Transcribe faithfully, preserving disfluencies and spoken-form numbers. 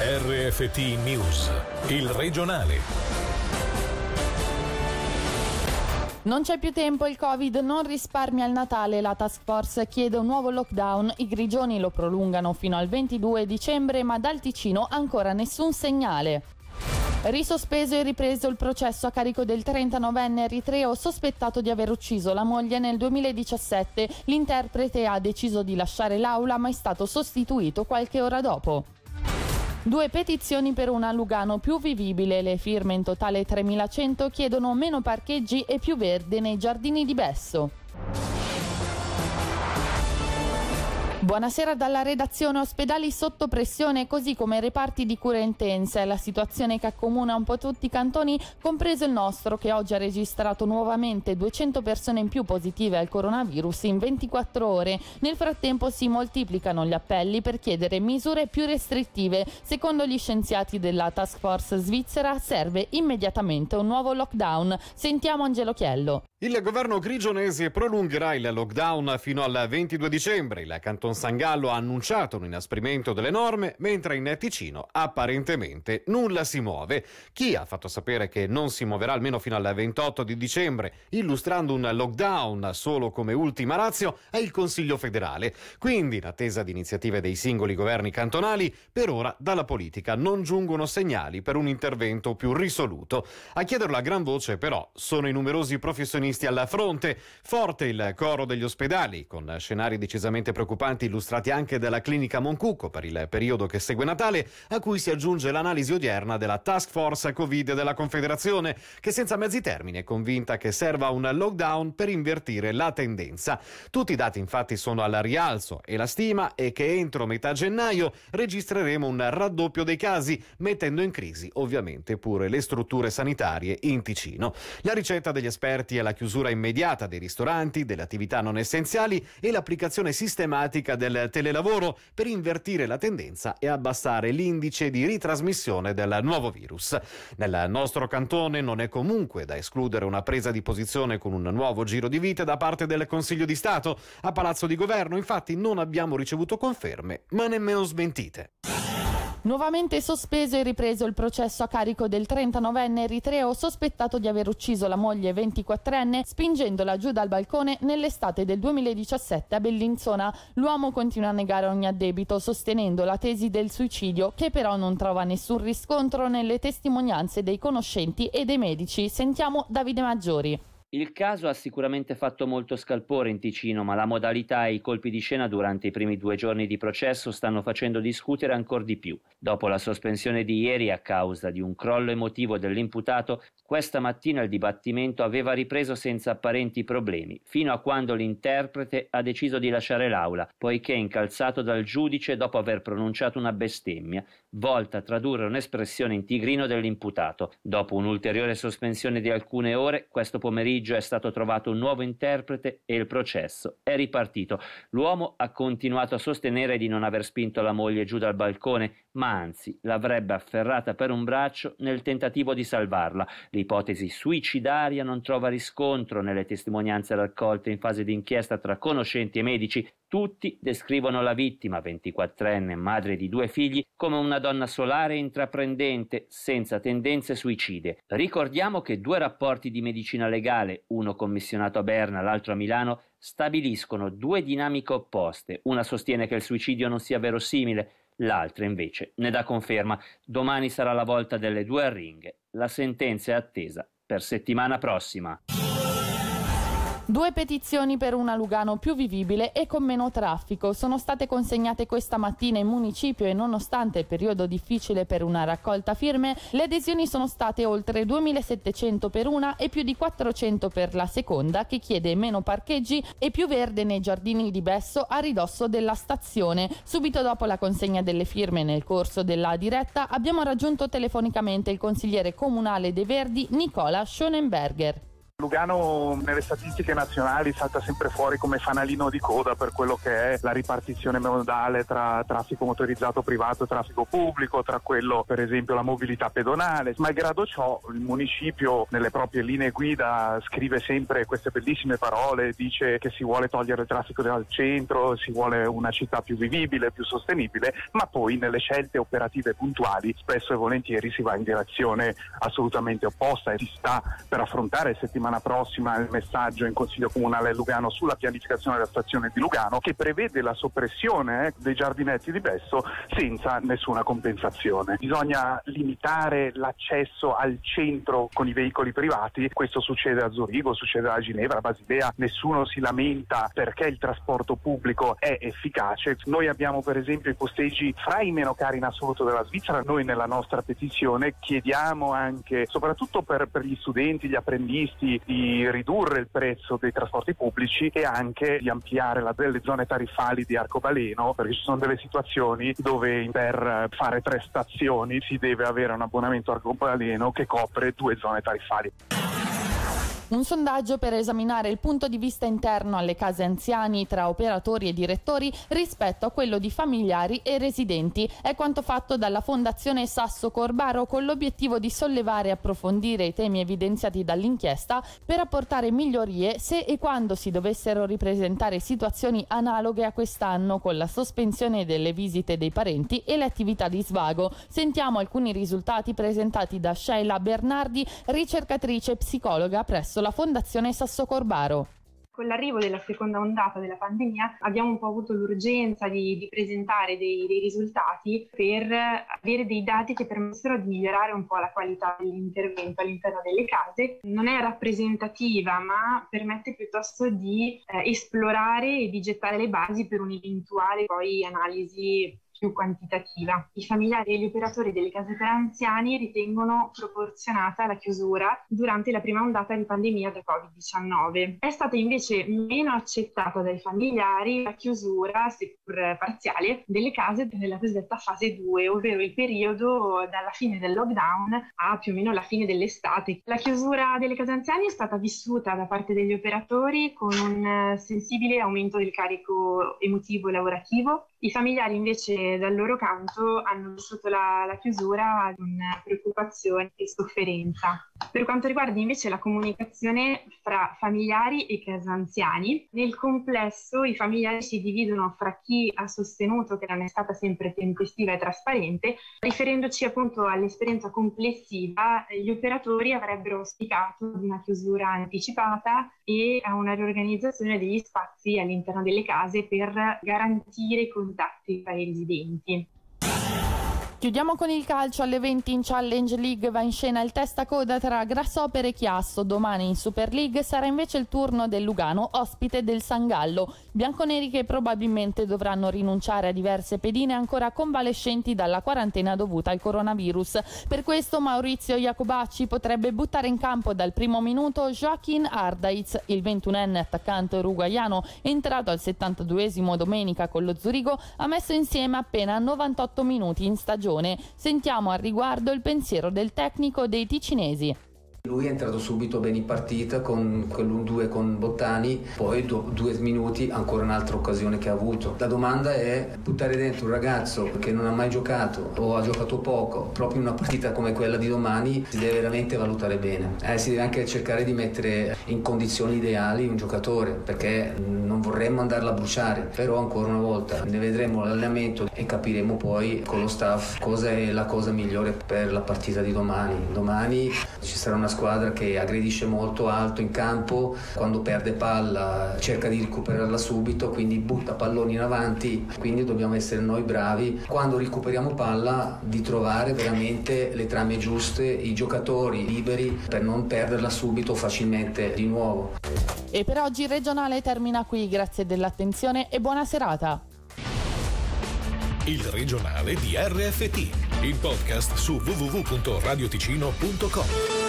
R F T News, il regionale. Non c'è più tempo, il Covid non risparmia il Natale, la task force chiede un nuovo lockdown, i grigioni lo prolungano fino al ventidue dicembre, ma dal Ticino ancora nessun segnale. Risospeso e ripreso il processo a carico del trentanovenne eritreo sospettato di aver ucciso la moglie nel duemiladiciassette. L'interprete ha deciso di lasciare l'aula ma è stato sostituito qualche ora dopo. Due petizioni per una Lugano più vivibile, le firme in totale tremilacento chiedono meno parcheggi e più verde nei giardini di Besso. Buonasera dalla redazione. Ospedali sotto pressione, così come reparti di cura intensa. È la situazione che accomuna un po' tutti i cantoni, compreso il nostro, che oggi ha registrato nuovamente duecento persone in più positive al coronavirus in ventiquattro ore. Nel frattempo si moltiplicano gli appelli per chiedere misure più restrittive. Secondo gli scienziati della task force svizzera serve immediatamente un nuovo lockdown. Sentiamo Angelo Chiello. Il governo grigionese prolungherà il lockdown fino al ventidue dicembre. Il Canton San Gallo ha annunciato un inasprimento delle norme, mentre in Ticino apparentemente nulla si muove. Chi ha fatto sapere che non si muoverà almeno fino al ventotto di dicembre, illustrando un lockdown solo come ultima ratio, è il Consiglio federale. Quindi, in attesa di iniziative dei singoli governi cantonali, per ora dalla politica non giungono segnali per un intervento più risoluto. A chiederlo a gran voce, però, sono i numerosi professionisti alla fronte. Forte il coro degli ospedali, con scenari decisamente preoccupanti illustrati anche dalla clinica Moncucco per il periodo che segue Natale, a cui si aggiunge l'analisi odierna della Task Force Covid della Confederazione, che senza mezzi termini è convinta che serva un lockdown per invertire la tendenza. Tutti i dati infatti sono al rialzo e la stima è che entro metà gennaio registreremo un raddoppio dei casi, mettendo in crisi ovviamente pure le strutture sanitarie in Ticino. La ricetta degli esperti è la chiusura immediata dei ristoranti, delle attività non essenziali e l'applicazione sistematica del telelavoro per invertire la tendenza e abbassare l'indice di ritrasmissione del nuovo virus. Nel nostro cantone non è comunque da escludere una presa di posizione con un nuovo giro di vite da parte del Consiglio di Stato. A Palazzo di Governo infatti non abbiamo ricevuto conferme, ma nemmeno smentite. Nuovamente sospeso e ripreso il processo a carico del trentanovenne eritreo sospettato di aver ucciso la moglie ventiquattrenne spingendola giù dal balcone nell'estate del duemiladiciassette a Bellinzona. L'uomo continua a negare ogni addebito, sostenendo la tesi del suicidio, che però non trova nessun riscontro nelle testimonianze dei conoscenti e dei medici. Sentiamo Davide Maggiori. Il caso ha sicuramente fatto molto scalpore in Ticino, ma la modalità e i colpi di scena durante i primi due giorni di processo stanno facendo discutere ancor di più. Dopo la sospensione di ieri a causa di un crollo emotivo dell'imputato, questa mattina il dibattimento aveva ripreso senza apparenti problemi, fino a quando l'interprete ha deciso di lasciare l'aula, poiché incalzato dal giudice dopo aver pronunciato una bestemmia, volta a tradurre un'espressione in tigrino dell'imputato. Dopo un'ulteriore sospensione di alcune ore, questo pomeriggio è stato trovato un nuovo interprete e il processo è ripartito. L'uomo ha continuato a sostenere di non aver spinto la moglie giù dal balcone, ma anzi l'avrebbe afferrata per un braccio nel tentativo di salvarla. L'ipotesi suicidaria non trova riscontro nelle testimonianze raccolte in fase di inchiesta tra conoscenti e medici. Tutti descrivono la vittima, ventiquattrenne, madre di due figli, come una donna solare e intraprendente, senza tendenze suicide. Ricordiamo che due rapporti di medicina legale, uno commissionato a Berna, l'altro a Milano, stabiliscono due dinamiche opposte. Una sostiene che il suicidio non sia verosimile, l'altra invece ne dà conferma. Domani sarà la volta delle due arringhe. La sentenza è attesa per settimana prossima. Due petizioni per una Lugano più vivibile e con meno traffico sono state consegnate questa mattina in municipio e nonostante il periodo difficile per una raccolta firme, le adesioni sono state oltre duemilasettecento per una e più di quattrocento per la seconda, che chiede meno parcheggi e più verde nei giardini di Besso a ridosso della stazione. Subito dopo la consegna delle firme nel corso della diretta abbiamo raggiunto telefonicamente il consigliere comunale dei Verdi Nicola Schonenberger. Lugano nelle statistiche nazionali salta sempre fuori come fanalino di coda per quello che è la ripartizione modale tra traffico motorizzato privato e traffico pubblico, tra quello per esempio la mobilità pedonale. Malgrado ciò il municipio nelle proprie linee guida scrive sempre queste bellissime parole, dice che si vuole togliere il traffico dal centro, si vuole una città più vivibile, più sostenibile, ma poi nelle scelte operative puntuali spesso e volentieri si va in direzione assolutamente opposta e si sta per affrontare settimana prossima il messaggio in Consiglio Comunale Lugano sulla pianificazione della stazione di Lugano, che prevede la soppressione eh, dei giardinetti di Besso senza nessuna compensazione. Bisogna limitare l'accesso al centro con i veicoli privati, questo succede a Zurigo, succede a Ginevra, a Basilea, nessuno si lamenta perché il trasporto pubblico è efficace. Noi abbiamo per esempio i posteggi fra i meno cari in assoluto della Svizzera. Noi nella nostra petizione chiediamo anche, soprattutto per, per gli studenti, gli apprendisti, di ridurre il prezzo dei trasporti pubblici e anche di ampliare la, le zone tariffali di arcobaleno, perché ci sono delle situazioni dove per fare tre stazioni si deve avere un abbonamento arcobaleno che copre due zone tariffali. Un sondaggio per esaminare il punto di vista interno alle case anziani tra operatori e direttori rispetto a quello di familiari e residenti è quanto fatto dalla Fondazione Sasso Corbaro con l'obiettivo di sollevare e approfondire i temi evidenziati dall'inchiesta per apportare migliorie se e quando si dovessero ripresentare situazioni analoghe a quest'anno con la sospensione delle visite dei parenti e le attività di svago. Sentiamo alcuni risultati presentati da Sheila Bernardi, ricercatrice e psicologa presso la Fondazione Sasso Corbaro. Con l'arrivo della seconda ondata della pandemia abbiamo un po' avuto l'urgenza di, di presentare dei, dei risultati per avere dei dati che permessero di migliorare un po' la qualità dell'intervento all'interno delle case. Non è rappresentativa, ma permette piuttosto di eh, esplorare e di gettare le basi per un'eventuale poi analisi più quantitativa. I familiari e gli operatori delle case per anziani ritengono proporzionata la chiusura durante la prima ondata di pandemia da covid diciannove. È stata invece meno accettata dai familiari la chiusura, seppur parziale, delle case nella cosiddetta fase due, ovvero il periodo dalla fine del lockdown a più o meno la fine dell'estate. La chiusura delle case anziani è stata vissuta da parte degli operatori con un sensibile aumento del carico emotivo e lavorativo. I familiari invece dal loro canto hanno vissuto la, la chiusura con preoccupazione e sofferenza. Per quanto riguarda invece la comunicazione fra familiari e case anziani, nel complesso i familiari si dividono fra chi ha sostenuto che non è stata sempre tempestiva e trasparente. Riferendoci appunto all'esperienza complessiva, gli operatori avrebbero auspicato una chiusura anticipata e a una riorganizzazione degli spazi all'interno delle case per garantire i contatti tra i residenti. Chiudiamo con il calcio. Alle venti in Challenge League va in scena il testa-coda tra Grasshopper e Chiasso. Domani in Super League sarà invece il turno del Lugano, ospite del Sangallo. Bianconeri che probabilmente dovranno rinunciare a diverse pedine ancora convalescenti dalla quarantena dovuta al coronavirus. Per questo Maurizio Iacobacci potrebbe buttare in campo dal primo minuto Joaquin Ardaiz. Il ventunenne attaccante uruguaiano, entrato al settantaduesimo domenica con lo Zurigo, ha messo insieme appena novantotto minuti in stagione. Sentiamo al riguardo il pensiero del tecnico dei ticinesi. Lui è entrato subito bene in partita con quell'uno due con Bottani, poi do, due minuti ancora un'altra occasione che ha avuto. La domanda è buttare dentro un ragazzo che non ha mai giocato o ha giocato poco, proprio in una partita come quella di domani si deve veramente valutare bene. Eh, si deve anche cercare di mettere in condizioni ideali un giocatore, perché non vorremmo andarla a bruciare, però ancora una volta ne vedremo l'allenamento e capiremo poi con lo staff cosa è la cosa migliore per la partita di domani. Domani ci sarà una squadra che aggredisce molto alto in campo, quando perde palla cerca di recuperarla subito, quindi butta palloni in avanti, quindi dobbiamo essere noi bravi quando recuperiamo palla di trovare veramente le trame giuste, i giocatori liberi per non perderla subito facilmente di nuovo. E per oggi il regionale termina qui, grazie dell'attenzione e buona serata. Il regionale di R F T, il podcast su w w w punto radioticino punto com.